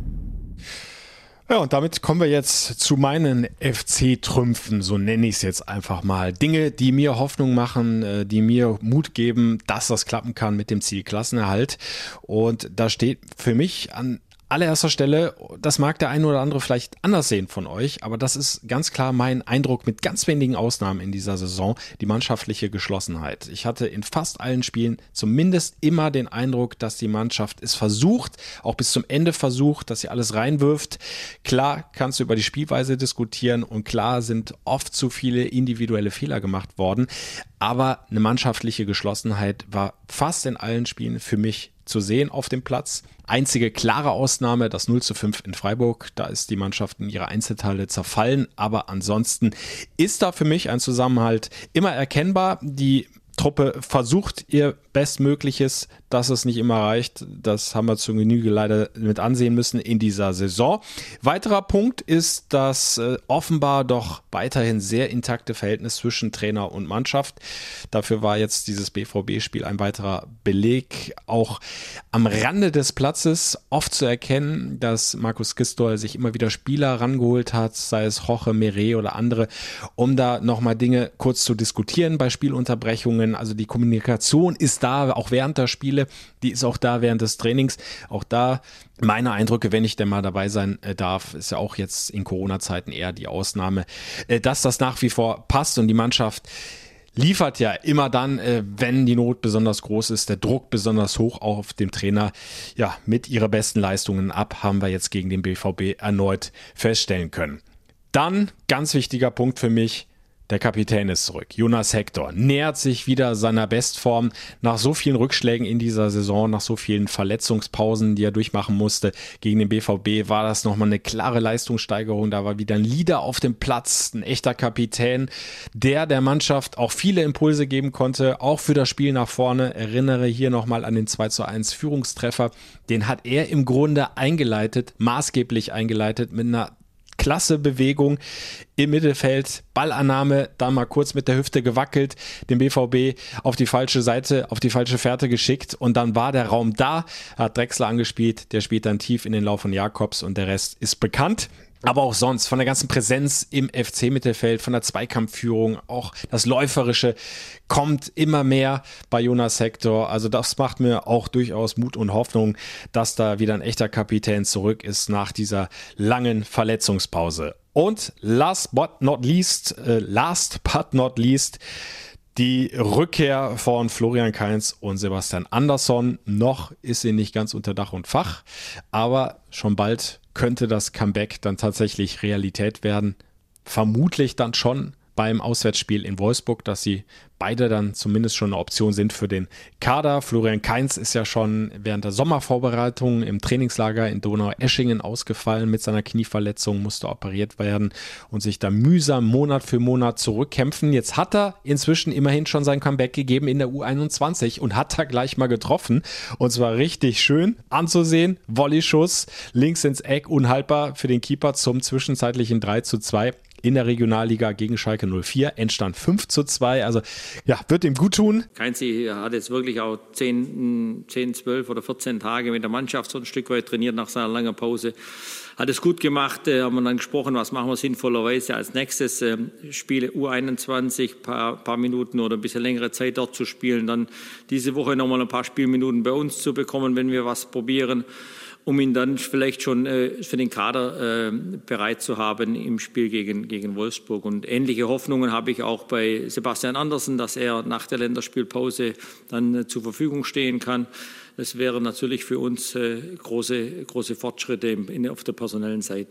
Ja, und damit kommen wir jetzt zu meinen F C-Trümpfen, so nenne ich es jetzt einfach mal. Dinge, die mir Hoffnung machen, die mir Mut geben, dass das klappen kann mit dem Ziel Klassenerhalt. Und da steht für mich an allererster Stelle, das mag der eine oder andere vielleicht anders sehen von euch, aber das ist ganz klar mein Eindruck mit ganz wenigen Ausnahmen in dieser Saison, die mannschaftliche Geschlossenheit. Ich hatte in fast allen Spielen zumindest immer den Eindruck, dass die Mannschaft es versucht, auch bis zum Ende versucht, dass sie alles reinwirft. Klar kannst du über die Spielweise diskutieren und klar sind oft zu viele individuelle Fehler gemacht worden, aber eine mannschaftliche Geschlossenheit war fast in allen Spielen für mich zu sehen auf dem Platz. Einzige klare Ausnahme, das null zu fünf in Freiburg. Da ist die Mannschaft in ihre Einzelteile zerfallen. Aber ansonsten ist da für mich ein Zusammenhalt immer erkennbar. Die Truppe versucht ihr Bestmögliches, dass es nicht immer reicht. Das haben wir zur Genüge leider mit ansehen müssen in dieser Saison. Weiterer Punkt ist das äh, offenbar doch weiterhin sehr intakte Verhältnis zwischen Trainer und Mannschaft. Dafür war jetzt dieses B V B-Spiel ein weiterer Beleg. Auch am Rande des Platzes oft zu erkennen, dass Markus Gisdol sich immer wieder Spieler rangeholt hat, sei es Roche, Meret oder andere, um da nochmal Dinge kurz zu diskutieren bei Spielunterbrechungen. Also die Kommunikation ist da, auch während der Spiele, die ist auch da während des Trainings. Auch da meine Eindrücke, wenn ich denn mal dabei sein darf, ist ja auch jetzt in Corona-Zeiten eher die Ausnahme, dass das nach wie vor passt und die Mannschaft liefert ja immer dann, wenn die Not besonders groß ist, der Druck besonders hoch auf dem Trainer, ja, mit ihrer besten Leistungen ab, haben wir jetzt gegen den B V B erneut feststellen können. Dann, ganz wichtiger Punkt für mich, der Kapitän ist zurück. Jonas Hector nähert sich wieder seiner Bestform nach so vielen Rückschlägen in dieser Saison, nach so vielen Verletzungspausen, die er durchmachen musste. Gegen den B V B war das nochmal eine klare Leistungssteigerung. Da war wieder ein Leader auf dem Platz, ein echter Kapitän, der der Mannschaft auch viele Impulse geben konnte, auch für das Spiel nach vorne. Erinnere hier nochmal an den zwei zu eins Führungstreffer. Den hat er im Grunde eingeleitet, maßgeblich eingeleitet mit einer klasse Bewegung im Mittelfeld, Ballannahme, dann mal kurz mit der Hüfte gewackelt, den B V B auf die falsche Seite, auf die falsche Fährte geschickt und dann war der Raum da, hat Drexler angespielt, der spielt dann tief in den Lauf von Jakobs und der Rest ist bekannt. Aber auch sonst, von der ganzen Präsenz im F C-Mittelfeld, von der Zweikampfführung, auch das Läuferische kommt immer mehr bei Jonas Hector. Also das macht mir auch durchaus Mut und Hoffnung, dass da wieder ein echter Kapitän zurück ist nach dieser langen Verletzungspause. Und last but not least, äh, last but not least, die Rückkehr von Florian Kainz und Sebastian Andersson. Noch ist sie nicht ganz unter Dach und Fach, aber schon bald könnte das Comeback dann tatsächlich Realität werden. Vermutlich dann schon beim Auswärtsspiel in Wolfsburg, dass sie beide dann zumindest schon eine Option sind für den Kader. Florian Kainz ist ja schon während der Sommervorbereitung im Trainingslager in Donaueschingen ausgefallen mit seiner Knieverletzung, musste operiert werden und sich da mühsam Monat für Monat zurückkämpfen. Jetzt hat er inzwischen immerhin schon sein Comeback gegeben in der U einundzwanzig und hat da gleich mal getroffen und zwar richtig schön anzusehen. Volleyschuss links ins Eck, unhaltbar für den Keeper zum zwischenzeitlichen drei zu zwei. In der Regionalliga gegen Schalke null vier, Endstand fünf zu zwei, also ja, wird ihm gut tun. Kainzi hat jetzt wirklich auch zehn, zwölf oder vierzehn Tage mit der Mannschaft so ein Stück weit trainiert nach seiner langen Pause. Hat es gut gemacht, äh, haben wir dann gesprochen, was machen wir sinnvollerweise als nächstes, äh, Spiele U einundzwanzig, paar, paar Minuten oder ein bisschen längere Zeit dort zu spielen, dann diese Woche nochmal ein paar Spielminuten bei uns zu bekommen, wenn wir was probieren, um ihn dann vielleicht schon äh, für den Kader äh, bereit zu haben im Spiel gegen, gegen Wolfsburg. Und ähnliche Hoffnungen habe ich auch bei Sebastian Andersson, dass er nach der Länderspielpause dann äh, zur Verfügung stehen kann. Das wären natürlich für uns äh, große, große Fortschritte in, auf der personellen Seite.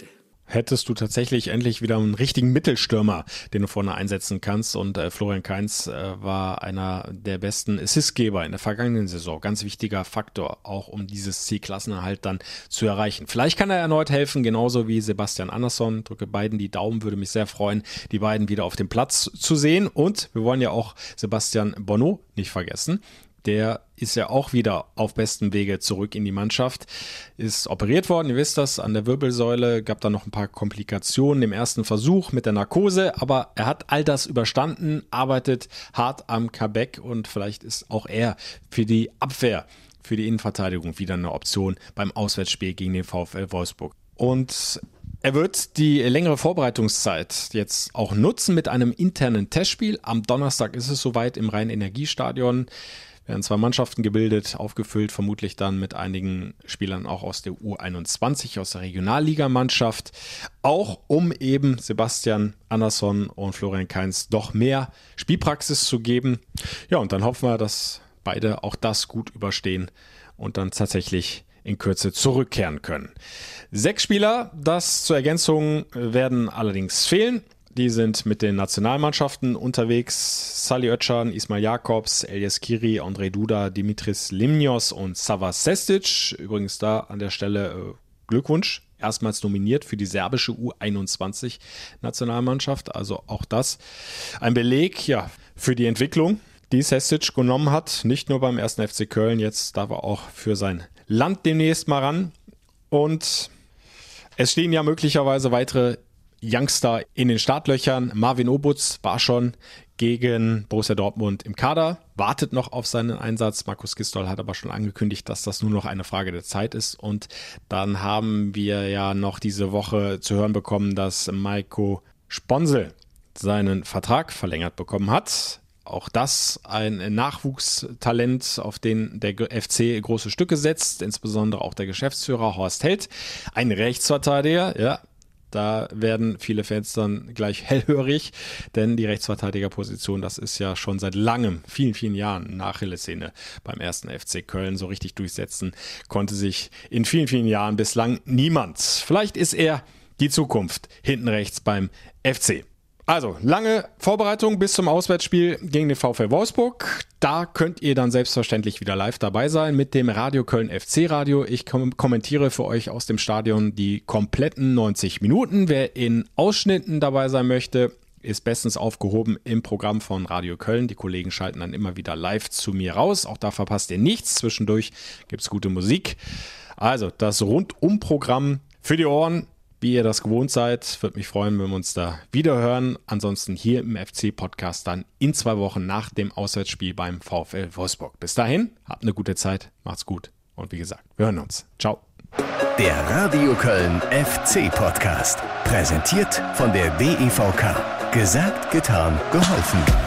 hättest du tatsächlich endlich wieder einen richtigen Mittelstürmer, den du vorne einsetzen kannst. Und äh, Florian Kainz äh, war einer der besten Assistgeber in der vergangenen Saison. Ganz wichtiger Faktor, auch um dieses Ziel-Klassenerhalt dann zu erreichen. Vielleicht kann er erneut helfen, genauso wie Sebastian Andersson. Drücke beiden die Daumen, würde mich sehr freuen, die beiden wieder auf dem Platz zu sehen. Und wir wollen ja auch Sebastian Bonneau nicht vergessen. Der ist ja auch wieder auf bestem Wege zurück in die Mannschaft, ist operiert worden, ihr wisst das, an der Wirbelsäule, gab da noch ein paar Komplikationen im ersten Versuch mit der Narkose, aber er hat all das überstanden, arbeitet hart am Comeback und vielleicht ist auch er für die Abwehr, für die Innenverteidigung wieder eine Option beim Auswärtsspiel gegen den VfL Wolfsburg. Und er wird die längere Vorbereitungszeit jetzt auch nutzen mit einem internen Testspiel. Am Donnerstag ist es soweit im Rhein-Energiestadion. Werden zwei Mannschaften gebildet, aufgefüllt, vermutlich dann mit einigen Spielern auch aus der U einundzwanzig, aus der Regionalligamannschaft, auch um eben Sebastian Andersson und Florian Kainz doch mehr Spielpraxis zu geben. Ja, und dann hoffen wir, dass beide auch das gut überstehen und dann tatsächlich in Kürze zurückkehren können. Sechs Spieler, das zur Ergänzung, werden allerdings fehlen. Die sind mit den Nationalmannschaften unterwegs. Salih Özcan, Ismail Jakobs, Elias Kiri, André Duda, Dimitris Limnios und Savas Sestic. Übrigens da an der Stelle äh, Glückwunsch. Erstmals nominiert für die serbische U einundzwanzig Nationalmannschaft. Also auch das ein Beleg ja, für die Entwicklung, die Sestic genommen hat. Nicht nur beim ersten F C Köln, jetzt darf er auch für sein Land demnächst mal ran. Und es stehen ja möglicherweise weitere Youngster in den Startlöchern. Marvin Obutz war schon gegen Borussia Dortmund im Kader, wartet noch auf seinen Einsatz. Markus Gisdol hat aber schon angekündigt, dass das nur noch eine Frage der Zeit ist. Und dann haben wir ja noch diese Woche zu hören bekommen, dass Maiko Sponsel seinen Vertrag verlängert bekommen hat. Auch das ein Nachwuchstalent, auf den der F C große Stücke setzt, insbesondere auch der Geschäftsführer Horst Held, ein Rechtsverteidiger, ja. Da werden viele Fans dann gleich hellhörig, denn die Rechtsverteidigerposition, das ist ja schon seit langem, vielen, vielen Jahren eine Achillessehne beim ersten F C Köln. So richtig durchsetzen konnte sich in vielen, vielen Jahren bislang niemand. Vielleicht ist er die Zukunft hinten rechts beim F C. Also, lange Vorbereitung bis zum Auswärtsspiel gegen den VfL Wolfsburg. Da könnt ihr dann selbstverständlich wieder live dabei sein mit dem Radio Köln F C Radio. Ich kom- kommentiere für euch aus dem Stadion die kompletten neunzig Minuten. Wer in Ausschnitten dabei sein möchte, ist bestens aufgehoben im Programm von Radio Köln. Die Kollegen schalten dann immer wieder live zu mir raus. Auch da verpasst ihr nichts. Zwischendurch gibt's gute Musik. Also, das Rundum-Programm für die Ohren. Wie ihr das gewohnt seid, würde mich freuen, wenn wir uns da wieder hören. Ansonsten hier im F C-Podcast dann in zwei Wochen nach dem Auswärtsspiel beim VfL Wolfsburg. Bis dahin, habt eine gute Zeit, macht's gut und wie gesagt, wir hören uns. Ciao. Der Radio Köln F C-Podcast, präsentiert von der D E V K. Gesagt, getan, geholfen.